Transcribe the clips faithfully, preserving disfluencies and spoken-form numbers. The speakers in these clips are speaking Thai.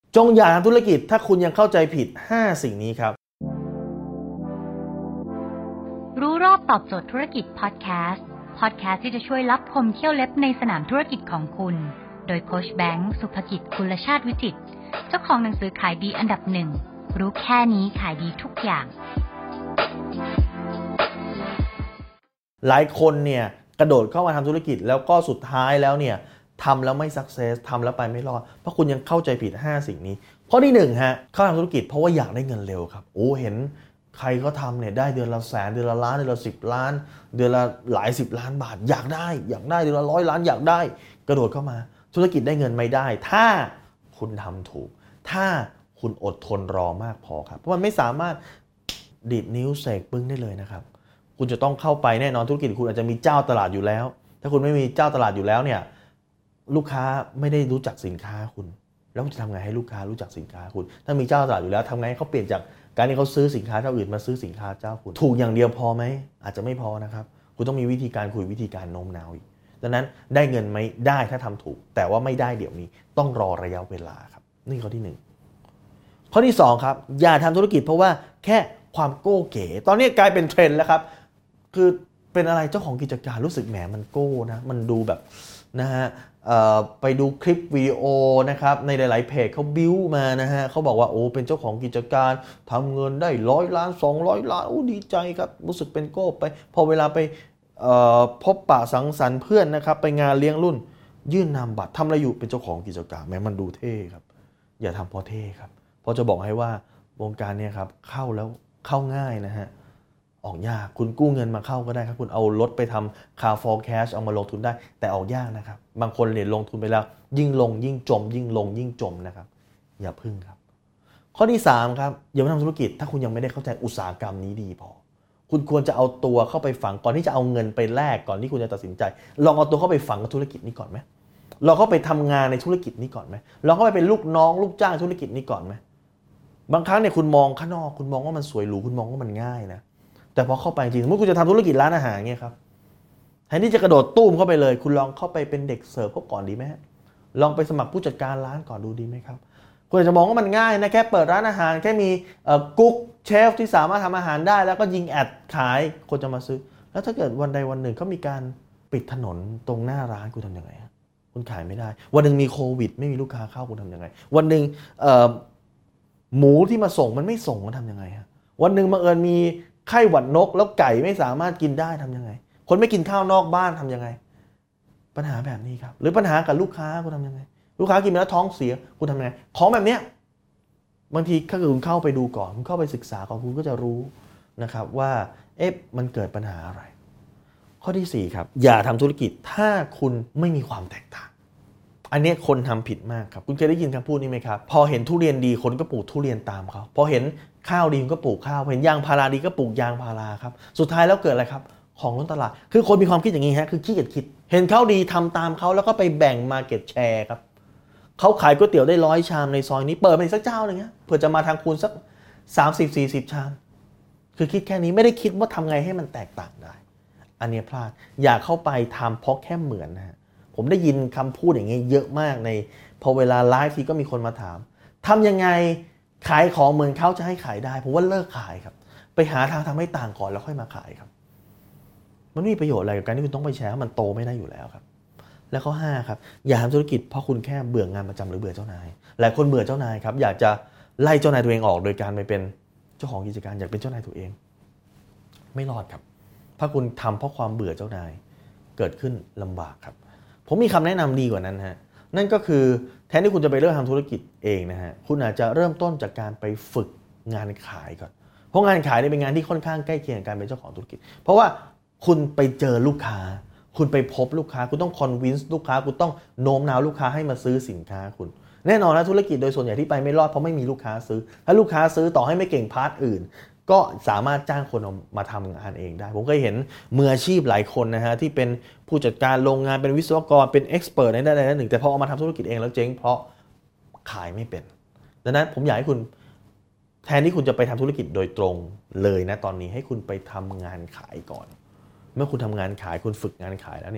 จงอย่าทำธุรกิจถ้าคุณยังเข้าใจผิดห้าสิ่งนี้ครับรู้รอบตอบโจทย์ธุรกิจพอดแคสต์พอดแคสต์ที่จะช่วยลับคมเที่ยวเล็บในสนามธุรกิจของคุณโดยโค้ชแบงค์สุภกิจกุลชาติวิจิตรเจ้าของหนังสือขายดีอันดับหนึ่งรู้แค่นี้ขายดีทุกอย่างหลายคนเนี่ยกระโดดเข้ามาทำธุรกิจแล้วก็สุดท้ายแล้วเนี่ยทำแล้วไม่สักเซสทำแล้วไปไม่รอดเพราะคุณยังเข้าใจผิดห้าสิ่งนี้ข้อที่หนึ่งฮะเข้าทำธุรกิจเพราะว่าอยากได้เงินเร็วครับโอ้เห็นใครเขาทำเนี่ยได้เดือนละแสนเดือนละล้านเดือนละสิบล้านเดือนละหลายสิบล้านบาทอยากได้อยากได้เดือนละร้อยล้านอยากได้กระโดดเข้ามาธุรกิจได้เงินไม่ได้ถ้าคุณทำถูกถ้าคุณอดทนรอมากพอครับเพราะมันไม่สามารถดีดนิ้วเสกปึ้งได้เลยนะครับคุณจะต้องเข้าไปแน่นอนธุรกิจคุณอาจจะมีเจ้าตลาดอยู่แล้วถ้าคุณไม่มีเจ้าตลาดอยู่แล้วเนี่ยลูกค้าไม่ได้รู้จักสินค้าคุณแล้วคุณจะทำไงให้ลูกค้ารู้จักสินค้าคุณถ้ามีเจ้าตลาดอยู่แล้วทำไงให้เขาเปลี่ยนจากการที่เขาซื้อสินค้าเจ้าอื่นมาซื้อสินค้าเจ้าคุณถูกอย่างเดียวพอไหมอาจจะไม่พอนะครับคุณต้องมีวิธีการคุยวิธีการโน้มน้าวอีกดังนั้นได้เงินไหมได้ถ้าทำถูกแต่ว่าไม่ได้เดี๋ยวนี้ต้องรอระยะเวลาครับนี่ข้อที่หนึ่งข้อที่สองครับอย่าทำธุรกิจเพราะว่าแค่ความโก้เก๋ตอนนี้กลายเป็นเทรนด์แล้วครับคือเป็นอะไรเจ้าของกิจการรู้สึกแหมมันโก้นะมันดูแบบนะฮะไปดูคลิปวิดีโอนะครับในหลายๆเพจเขาบิ้วมานะฮะเขาบอกว่าโอ้เป็นเจ้าของกิจการทำเงินได้ร้อยล้านสองร้อยล้านโอ้ดีใจครับรู้สึกเป็นโก้ไปพอเวลาไปพบปะสังสรรค์เพื่อนนะครับไปงานเลี้ยงรุ่นยื่นนามบัตรทำอะไรอยู่เป็นเจ้าของกิจการแม้มันดูเท่ครับอย่าทำเพราะเท่ครับเพราะจะบอกให้ว่าวงการเนี่ยครับเข้าแล้วเข้าง่ายนะฮะออกยากคุณกู้เงินมาเข้าก็ได้ครับคุณเอารถไปทำ car forecast เอามาลงทุนได้แต่ออกยากนะครับบางคนเนี่ยลงทุนไปแล้วยิ่งลงยิ่งจมยิ่งลงยิ่งจมนะครับอย่าพึ่งครับข้อที่สามครับอย่าไปทำธุรกิจถ้าคุณยังไม่ได้เข้าใจอุตสาหกรรมนี้ดีพอคุณควรจะเอาตัวเข้าไปฝังก่อนที่จะเอาเงินไปแลกก่อนที่คุณจะตัดสินใจลองเอาตัวเข้าไปฝังกับธุรกิจนี้ก่อนไหมลองเข้าไปทำงานในธุรกิจนี้ก่อนไหมลองเข้าไปเป็นลูกน้องลูกจ้างธุรกิจนี้ก่อนไหมบางครั้งเนี่ยคุณมองข้างนอกคุณมองว่ามันสวยหรูคุณมองว่ามันง่ายนะแต่พอเข้าไปจริงสมมติคุณจะทำธุรกิจร้านอาหารเงี้ยครับแทนที่จะกระโดดตุ้มเข้าไปเลยคุณลองเข้าไปเป็นเด็กเสิร์ฟเขาก่อนดีไหมลองไปสมัครผู้จัดการร้านก่อนดูดีไหมครับคุณอาจจะมองว่ามันง่ายนะแค่เปิดร้านอาหารแค่มีกุ๊กเชฟที่สามารถทำอาหารได้แล้วก็ยิงแอดขายคนจะมาซื้อแล้วถ้าเกิดวันใดวันหนึ่งเขามีการปิดถนนตรงหน้าร้านคุณทำยังไงคุณขายไม่ได้วันหนึ่งมีโควิดไม่มีลูกค้าเข้าคุณทำยังไงวันหนึ่งหมูที่มาส่งมันไม่ส่งมันทำยังไงฮะวันหนึ่งบังเอิญมีไข้หวัดนกแล้วไก่ไม่สามารถกินได้ทำยังไงคนไม่กินข้าวนอกบ้านทำยังไงปัญหาแบบนี้ครับหรือปัญหากับลูกค้าคุณทำยังไงลูกค้ากินไปแล้วท้องเสียคุณทำยังไงของแบบเนี้ยบางทีถ้าเกิดคุณเข้าไปดูก่อนคุณเข้าไปศึกษาก่อนคุณก็จะรู้นะครับว่าเอ๊ะมันเกิดปัญหาอะไรข้อที่สี่ครับอย่าทำธุรกิจถ้าคุณไม่มีความแตกต่างอันนี้คนทำผิดมากครับคุณเคยได้ยินคำพูดนี้ไหมครับพอเห็นทุเรียนดีคนก็ปลูกทุเรียนตามเขาพอเห็นข้าวดีก็ปลูกข้าวเห็นยางพาราดีก็ปลูกยางพาราครับสุดท้ายแล้วเกิดอะไรครับของล้นตลาดคือคนมีความคิดอย่างนี้ฮะคือขี้เกียจคิดเห็นเขาดีทำตามเขาแล้วก็ไปแบ่งมาร์เก็ตแชร์ครับเขาขายก๋วยเตี๋ยวได้ร้อยชามในซอยนี้เปิดไปสักเจ้านึงฮะเผื่อจะมาทางคุณสักสามสิบ สี่สิบชามคือคิดแค่นี้ไม่ได้คิดว่าทำไงให้มันแตกต่างได้อันนี้พลาดอย่าเข้าไปทำเพราะแค่เหมือนนะฮะผมได้ยินคำพูดอย่างนี้เยอะมากในพอเวลาไลฟ์ทีก็มีคนมาถามทำยังไงขายของเหมือนเขาจะให้ขายได้ผมว่าเลิกขายครับไปหาทางทำให้ต่างก่อนแล้วค่อยมาขายครับมันไม่มีประโยชน์อะไรกับการที่คุณต้องไปแชร์มันโตไม่ได้อยู่แล้วครับแล้วข้อห้าครับอย่าทำธุรกิจเพราะคุณแค่เบื่องานประจำหรือเบื่อเจ้านายหลายคนเบื่อเจ้านายครับอยากจะไล่เจ้านายตัวเองออกโดยการไปเป็นเจ้าของกิจการอยากเป็นเจ้านายตัวเองไม่รอดครับถ้าคุณทำเพราะความเบื่อเจ้านายเกิดขึ้นลำบากครับผมมีคำแนะนำดีกว่านั้นฮะนั่นก็คือแทนที่คุณจะไปเริ่มทำธุรกิจเองนะฮะคุณอาจจะเริ่มต้นจากการไปฝึกงานขายก่อนเพราะงานขายเนี่ยเป็นงานที่ค่อนข้างใกล้เคียงกับการเป็นเจ้าของธุรกิจเพราะว่าคุณไปเจอลูกค้าคุณไปพบลูกค้าคุณต้องคอนวินส์ลูกค้าคุณต้องโน้มน้าวลูกค้าให้มาซื้อสินค้าคุณแน่นอนนะธุรกิจโดยส่วนใหญ่ที่ไปไม่รอดเพราะไม่มีลูกค้าซื้อถ้าลูกค้าซื้อต่อให้ไม่เก่งพาร์ทอื่นก็สามารถจ้างคนมาทำงานเองได้ผมเคยเห็นมืออาชีพหลายคนนะฮะที่เป็นผู้จัดการโรงงานเป็นวิศวกรเป็นเอ็กซ์เพิร์ทในด้านใดด้านหนึ่งแต่พอเอามาทำธุรกิจเองแล้วเจ๊งเพราะขายไม่เป็นดังนั้นผมอยากให้คุณแทนที่คุณจะไปทำธุรกิจโดยตรงเลยนะตอนนี้ให้คุณไปทำงานขายก่อนเมื่อคุณทำงานขายคุณฝึกงานขายแล้วเนี่ย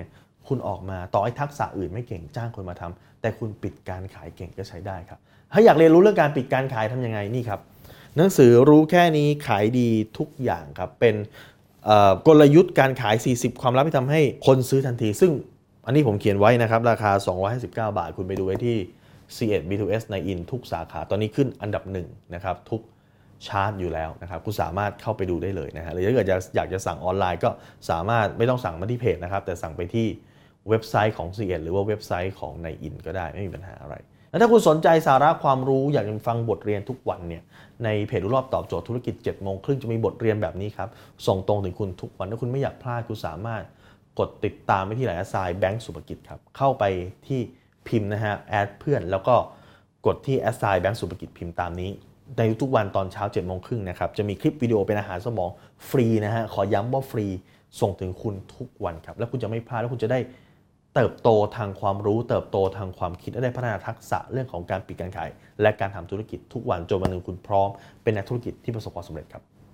คุณออกมาต่อให้ทักษะอื่นไม่เก่งจ้างคนมาทำแต่คุณปิดการขายเก่งก็ใช้ได้ครับถ้าอยากเรียนรู้เรื่องการปิดการขายทำยังไงนี่ครับหนังสือรู้แค่นี้ขายดีทุกอย่างครับเป็นกลยุทธ์การขายสี่สิบความลับที่ทำให้คนซื้อทันทีซึ่งอันนี้ผมเขียนไว้นะครับราคาสองร้อยห้าสิบเก้าบาทคุณไปดูไว้ที่ ซี เอ็ด บี ทู เอส ในอินทุกสาขาตอนนี้ขึ้นอันดับหนึ่งนะครับทุกชาร์ตอยู่แล้วนะครับคุณสามารถเข้าไปดูได้เลยนะฮะหรือถ้าเกิดอยากจะสั่งออนไลน์ก็สามารถไม่ต้องสั่งมาที่เพจนะครับแต่สั่งไปที่เว็บไซต์ของ ซี เอ็ด หรือว่าเว็บไซต์ของในอินก็ได้ไม่มีปัญหาอะไรแล้วถ้าคุณสนใจสาระความรู้อยากจะฟังบทเรียนทุกวันเนี่ยในเพจรู้รอบตอบโจทย์ธุรกิจ เจ็ดโมงครึ่งจะมีบทเรียนแบบนี้ครับส่งตรงถึงคุณทุกวันถ้าคุณไม่อยากพลาดคุณสามารถกดติดตามไปที่ไลน์แอดไซน์แบงก์สุภกิจครับเข้าไปที่พิมพ์นะฮะแอดเพื่อนแล้วก็กดที่แอดไซน์แบงก์สุภกิจพิมพ์ตามนี้ในทุกวันตอนเช้า เจ็ดโมงครึ่งนะครับจะมีคลิปวิดีโอเป็นอาหารสมองฟรีนะฮะขอย้ำว่าฟรีส่งถึงคุณทุกวันครับแล้วคุณจะไม่พลาดแล้วคุณจะได้เติบโตทางความรู้เติบโตทางความคิดและได้พัฒนาทักษะเรื่องของการปิดการขายและการทำธุรกิจทุกวันจนวันหนึ่งคุณพร้อมเป็นนักธุรกิจที่ประสบความสำเร็จครับ